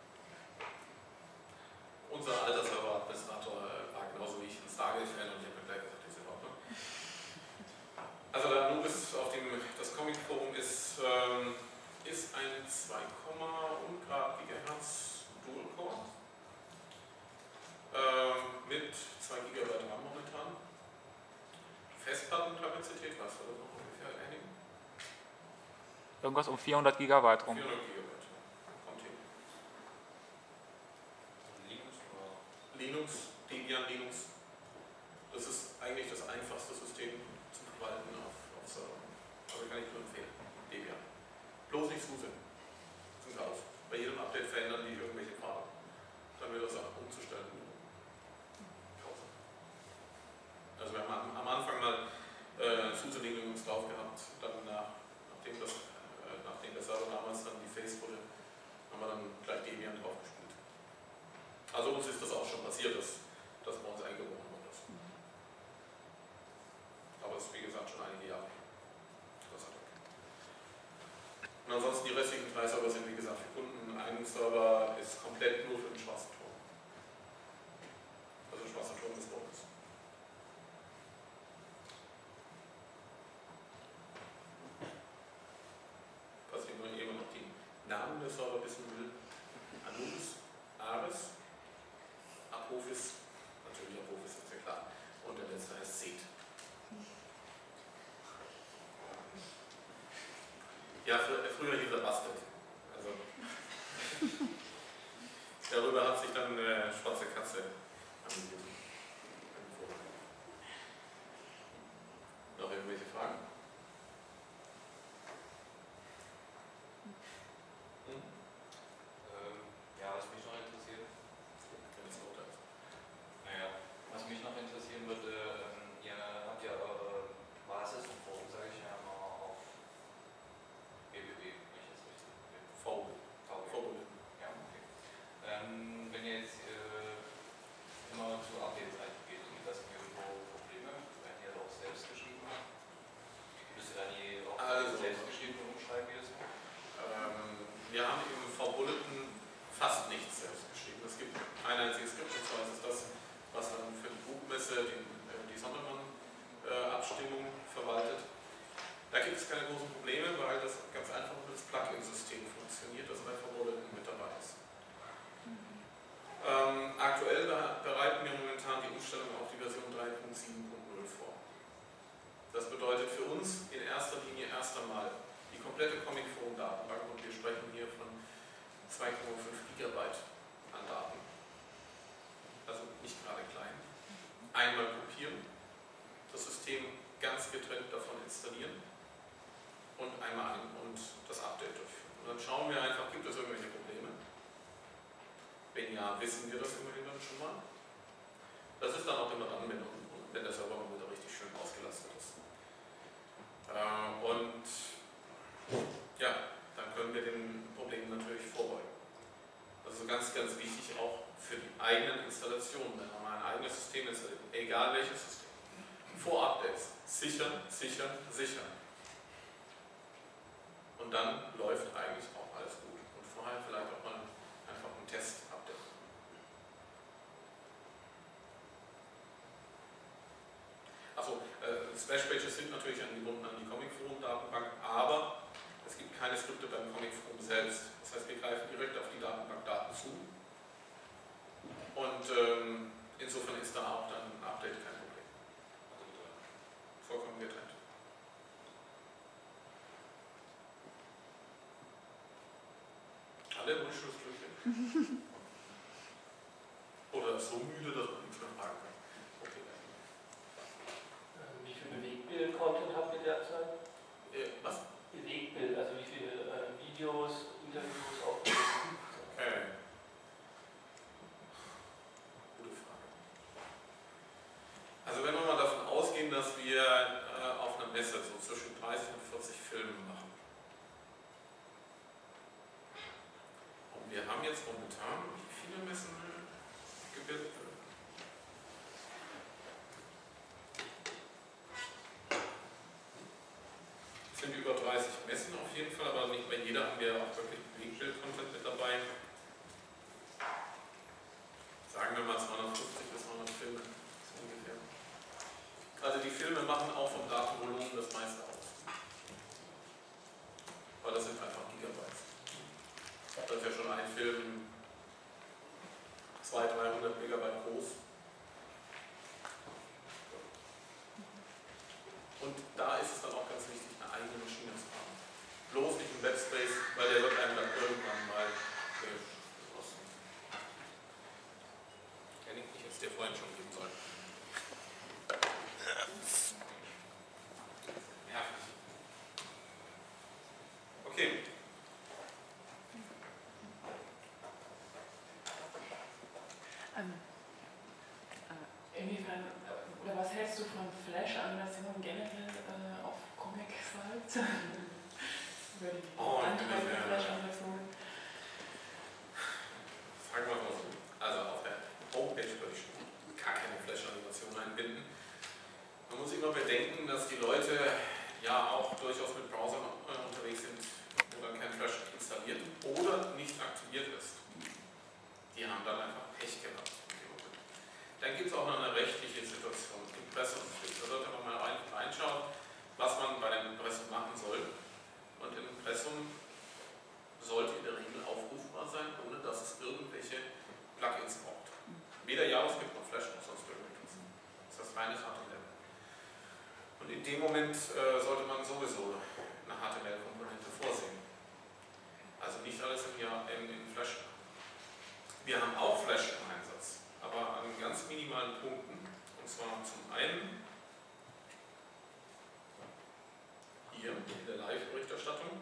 Unser alter Serveradministrator war genauso wie ich ein Stargate-Fan und ich habe mir gleich gesagt, das ist in Ordnung. Also der Anubis, auf dem das Comic-Forum ist ein 2, Ungrad GHz Dual-Core mit 2 GB RAM momentan. Festplattenkapazität, weißt du das noch ungefähr, Henning? Irgendwas um 400 Gigabyte rum. 400 GB. Kommt hin. Linux, Debian Linux. Das ist eigentlich das einfachste System zum Verwalten auf Server. Also kann ich nur empfehlen. Debian. Bloß nicht SUSE. Zum Chaos. Bei jedem Update verändern die irgendwelche Farben. Dann wird das auch umzustellen. Also wir haben am Anfang mal SUSE Linux drauf gehabt. Dann nachdem der Server damals dann defaced wurde, haben wir dann gleich Debian draufgespielt. Also uns ist das auch schon passiert, dass bei uns eingebrochen wurde. Aber es ist wie gesagt schon einige Jahre. Und ansonsten die restlichen 3 Server sind wie gesagt für Kunden. Ein Server ist komplett nur für den schwarzen Turm. Also schwarzer Turm des Wortes. Falls jemand noch die Namen der Server wissen will. Anubis, Ares, Apophis, natürlich Apophis, ist ja klar. Und der letzte heißt Seth. Ja, früher hieß er Bastard. Also, darüber hat sich dann Schwarze Katze amüsiert. Noch irgendwelche Fragen? Ja, was mich noch interessiert. Was mich noch interessieren würde, ihr habt ja eure Basis und Forum, sage ich ja mal, auf www, nicht? Da gibt es keine großen Probleme, weil das ganz einfach über das Plugin-System funktioniert, das bei Verwaltung mit dabei ist. Aktuell bereiten wir momentan die Umstellung auf die Version 3.7.0 vor. Das bedeutet für uns in erster Linie erst einmal die komplette Comic-Forum-Datenbank, und wir sprechen hier von 2,5 Gigabyte an Daten. Also nicht gerade klein. Einmal kopieren, das System ganz getrennt davon installieren und einmal und das Update durchführen. Und dann schauen wir einfach, gibt es irgendwelche Probleme? Wenn ja, wissen wir das immerhin dann schon mal. Das ist dann auch immer dann, wenn der Server mal wieder richtig schön ausgelastet ist. Und ja, dann können wir den Problemen natürlich vorbeugen. Also ganz, ganz wichtig auch für die eigenen Installationen, wenn man ein eigenes System installiert, egal welches System. Vor Updates sichern, sichern, sichern. Und dann läuft eigentlich auch alles gut. Und vorher vielleicht auch mal einfach einen Test-Update. Achso, Splash-Pages sind natürlich angebunden an die Comic-Forum-Datenbank, aber es gibt keine Skripte beim Comic-Forum selbst. Das heißt, wir greifen direkt auf die Datenbankdaten zu. Und insofern ist da auch dann ein Update kein Problem. Vollkommen getrennt. Alle wunschlos glücklich? Oder so müde, dass man nichts mehr fragen kann? Okay. Wie viel Bewegtbild-Content habt ihr derzeit? Was? Bewegtbild, also wie viele Videos, Interviews, Aufnahmen? Okay. Gute Frage. Also wenn wir mal davon ausgehen, dass wir auf einer Messe so zwischen 30 und 40 Filmen machen. Und wir haben jetzt momentan, wie viele Messen gebildet werden? Es sind über 30 Messen auf jeden Fall, aber nicht bei jeder haben wir auch wirklich Bewegtbild-Content mit dabei. Sagen wir mal 250 bis 200 Filme, so ungefähr. Also die Filme machen auch vom Datenvolumen das meiste aus. Weil das sind einfach Gigabytes. Da ist ja schon ein Film 200-300 Megabyte groß. Und da ist es dann auch ganz wichtig, eine eigene Maschine zu haben. Bloß nicht im Webspace, weil der wird einem dann irgendwann mal geschlossen. Kenne ich nicht, hätte es dir vorhin schon geben sollen. Nervig. Okay. Inwiefern, oder was hältst du von Flash-Animationen generell auf Comic-Sites? Über die Anträge Flash-Animationen? Fragen wir mal so. Also auf der Homepage würde ich schon gar keine Flash-Animation einbinden. Man muss immer bedenken, dass die Leute ja auch durchaus mit Browsern unterwegs sind, wo dann kein Flash installiert oder nicht aktiviert ist. Die haben dann einfach Pech gehabt. Dann gibt es auch noch eine rechtliche Situation, Impressumspflicht. Da sollte man mal reinschauen, was man bei dem Impressum machen soll. Und im Impressum sollte in der Regel aufrufbar sein, ohne dass es irgendwelche Plugins braucht. Weder JavaScript noch Flash noch sonst irgendetwas. Das ist das reine HTML. Und in dem Moment sollte man sowieso eine HTML-Komponente vorsehen. Also nicht alles in Flash. Wir haben auch Flash im Einsatz, aber an ganz minimalen Punkten. Und zwar zum einen hier in der Live-Berichterstattung.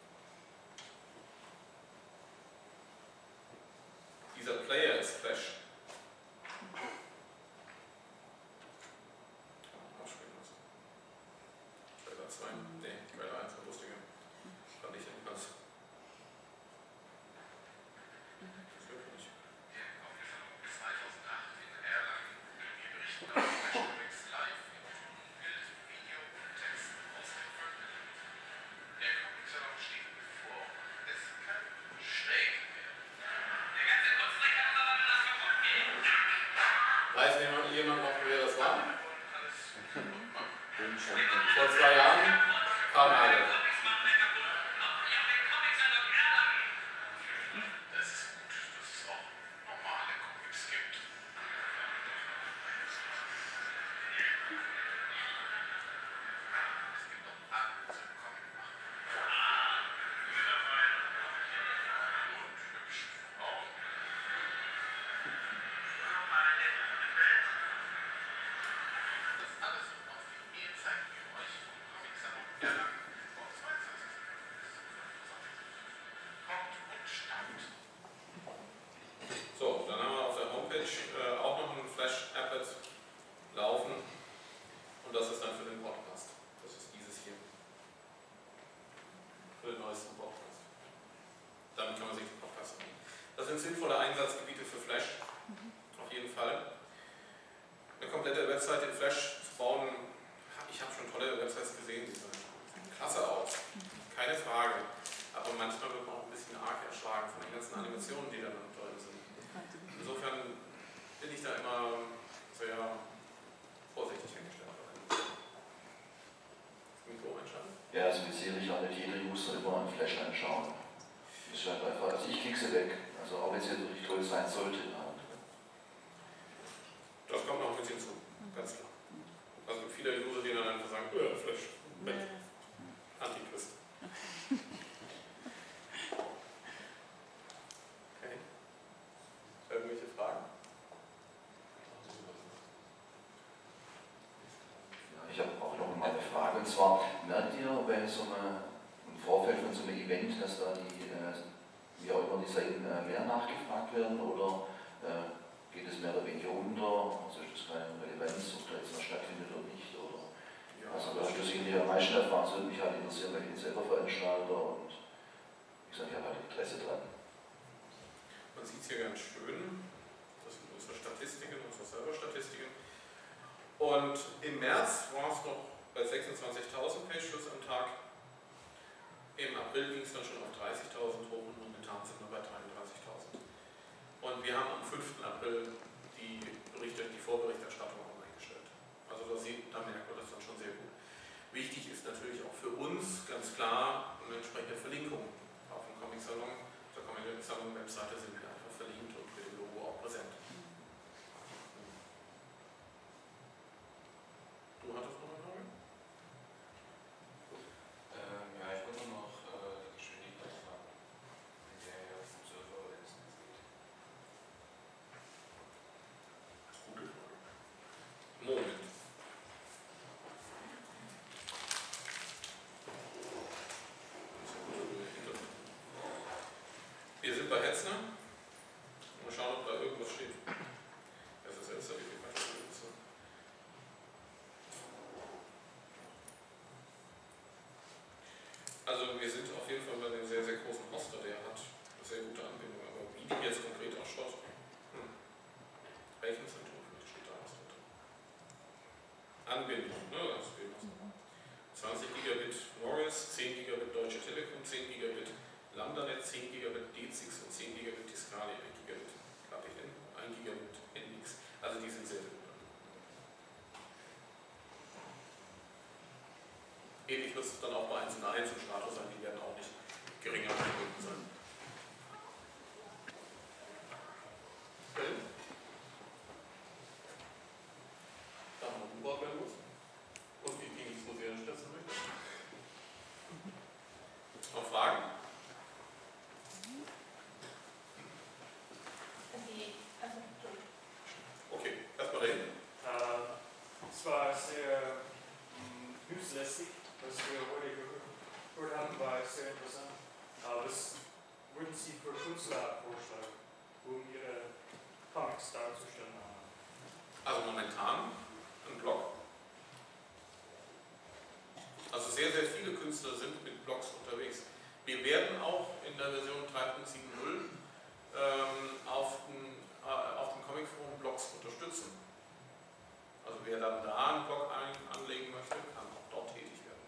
Dieser Player ist Flash. ganzen Animationen, die da drin sind. Insofern bin ich da immer sehr vorsichtig hingestellt. Mikro einschalten? Ja, also wie sicherlich auch nicht jeder User immer einen Flash anschauen. Das ist halt einfach, also ich klicke sie weg. Also auch wenn sie natürlich toll sein sollte. Das kommt noch ein bisschen zu, ganz klar. Also viele User, die dann einfach sagen, Flash, weg. Antichrist. Okay. Irgendwelche Fragen? Ja, ich habe auch noch mal eine Frage. Und zwar, merkt ihr bei so im Vorfeld von so einem Event, dass da wie auch immer die Seiten mehr nachgefragt werden oder geht es mehr oder weniger unter? Also ist das keine Relevanz, ob da jetzt was stattfindet oder nicht? Oder? Ja, Also da hast du sicherlich am meisten erfahren, das würde mich halt interessieren, weil ich bin selber Veranstalter und wie gesagt, ich habe halt Interesse dran. Man sieht es hier ganz schön. Das sind unsere Statistiken, unsere Serverstatistiken. Und im März war es noch bei 26.000 Page-Views am Tag. Im April ging es dann schon auf 30.000 hoch und momentan sind wir bei 33.000. Und wir haben am 5. April die Vorberichterstattung auch eingestellt. Also da merkt man das dann schon sehr gut. Wichtig ist natürlich auch für uns ganz klar eine entsprechende Verlinkung auf dem Comic-Salon. Auf der Comic-Salon-Webseite sind wir einfach verlinkt und mit dem Logo auch präsent. Du hattest noch eine Frage? Ja, ich wollte noch die Geschwindigkeit fragen, in der ihr vom Server oder ins Netz geht. Gute Frage. Moment. Wir sind bei Hetzner. Mal schauen, ob da irgendwas steht. SSL-Zertifikat. Also wir sind auf jeden Fall bei einem sehr, sehr großen Hoster, der hat eine sehr gute Anbindung. Aber wie die jetzt konkret ausschaut, Rechenzentrum, vielleicht steht da was drin. Anbindung, ne? Das steht was. 20 Gigabit Morris, 10 Gigabit Deutsche Telekom, 10 Gigabit Lambdanet, 10 Gigabit D6 und 10 Gigabit Tiscali, 1 Gigabit KPN, 1 Gigabit NX. Also die sind sehr, sehr gut. Ähnlich wird es dann auch bei 1 und 1 im Status sein, die werden auch nicht geringer angebunden sein. Dann noch ein Wort mehr los. Und wie ging es, wo Sie ansetzen möchten? Noch Fragen? Okay, erstmal dahin. Es war sehr newslästig, was wir heute gehört haben, war sehr interessant. Was würden Sie für Künstler vorschlagen, um Ihre Comics darzustellen? Also momentan ein Blog. Also sehr, sehr viele Künstler sind mit Blogs unterwegs. Wir werden auch in der Version 3.7.0 auf dem Comicforum Blogs unterstützen. Also wer dann da einen Blog anlegen möchte, kann auch dort tätig werden.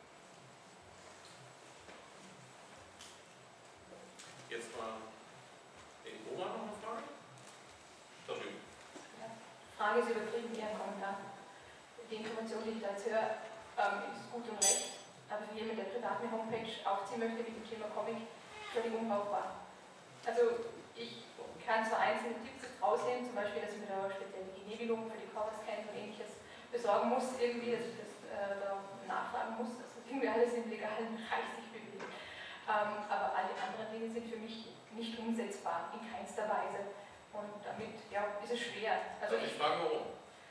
Jetzt mal den Roman noch eine Frage? Da drüben. Ja. Frage ist übertrieben, eher ein Kommentar. Die Information, die ich da jetzt höre, ist gut und recht, aber für jemanden, der privat eine Homepage aufziehen möchte mit dem Thema Comic, völlig unbrauchbar. Also ich kann zwar einzelne Tipps jetzt rausheben, zum Beispiel, dass ich mir da spezielle Genehmigungen für die Coverscans und ähnliches besorgen muss, irgendwie, dass ich das da nachfragen muss, dass das irgendwie alles im legalen Bereich sich bewegt. Aber alle anderen Dinge sind für mich nicht umsetzbar, in keinster Weise. Und damit ist es schwer. Also ich frage warum?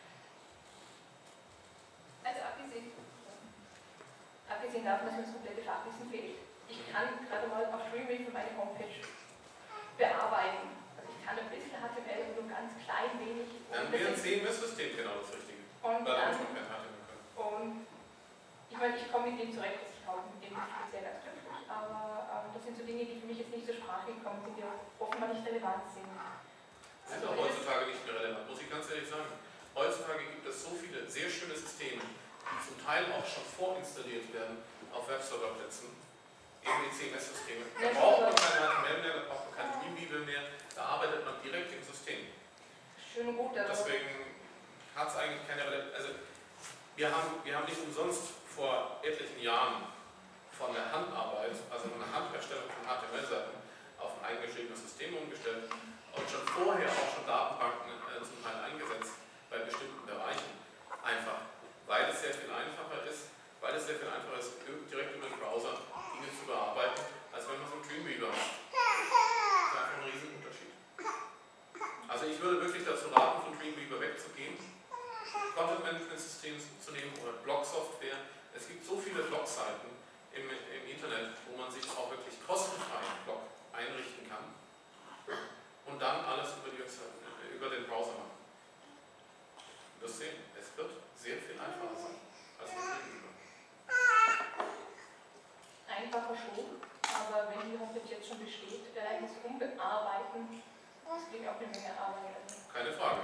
Also abgesehen davon, dass mir das komplette Fachwissen fehlt. Ich kann gerade mal auf Dreamweaver meine Homepage bearbeiten. Also ich kann ein bisschen HTML und nur ganz klein wenig. Dann wäre ein CMS-System genau das Richtige. Und Und ich meine, ich komme mit dem zurecht, dass ich auch mit dem nicht speziell als glücklich. Aber das sind so Dinge, die für mich jetzt nicht zur Sprache gekommen sind, die auch offenbar nicht relevant sind. Sind auch heutzutage nicht mehr relevant, muss ich ganz ehrlich sagen. Heutzutage gibt es so viele sehr schöne Systeme, die zum Teil auch schon vorinstalliert werden auf Webserverplätzen. eben die CMS-Systeme. Da braucht man keine HTML mehr, da braucht man keine Dreamweaver mehr, da arbeitet man direkt im System. Schön und gut, aber deswegen hat es eigentlich keine Relevanz. Also wir haben nicht umsonst vor etlichen Jahren von der Handarbeit, also von der Handherstellung von HTML-Seiten auf ein eigengeschriebenes System umgestellt und schon vorher auch schon Datenbanken zum Teil eingesetzt bei bestimmten Bereichen. Einfach, weil es sehr viel einfacher ist, direkt über den Browser Dinge zu bearbeiten, als wenn man so einen Dreamweaver macht. Das ist einfach ein Riesenunterschied. Also ich würde wirklich dazu raten, von Dreamweaver wegzugehen, Content-Management-System zu nehmen oder Blog-Software. Es gibt so viele Blogseiten im Internet, wo man sich auch wirklich kostenfrei einen Blog einrichten kann und dann alles über den Browser machen. Du wirst sehen, es wird sehr viel einfacher sein als mit Dreamweaver. Einfacher schon, aber wenn die Homepage jetzt schon besteht, das Umbearbeiten, das klingt auch eine Menge Arbeit. Keine Frage.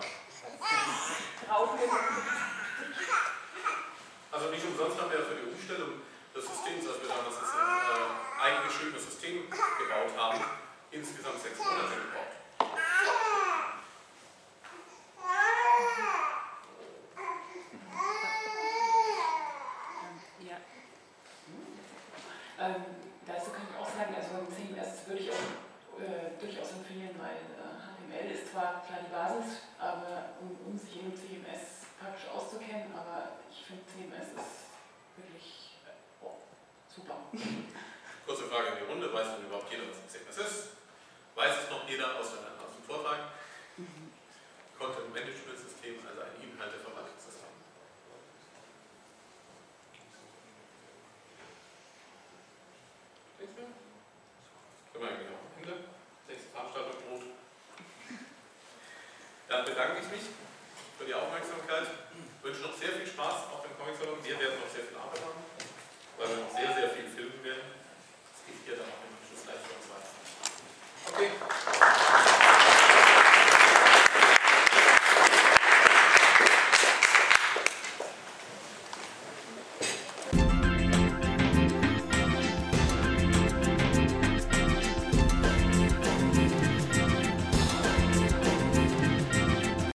Also nicht umsonst haben wir ja für die Umstellung des Systems, als wir damals das eigengeschriebenes System gebaut haben, insgesamt 6 Monate gebraucht. Dazu kann ich auch sagen, also beim CMS würde ich auch durchaus empfehlen, weil HTML ist zwar klar die Basis, aber um sich in CMS praktisch auszukennen, aber ich finde CMS ist wirklich super. Kurze Frage in die Runde, weiß denn überhaupt jeder, was ein CMS ist? Weiß es noch jeder aus dem Vortrag? Content Management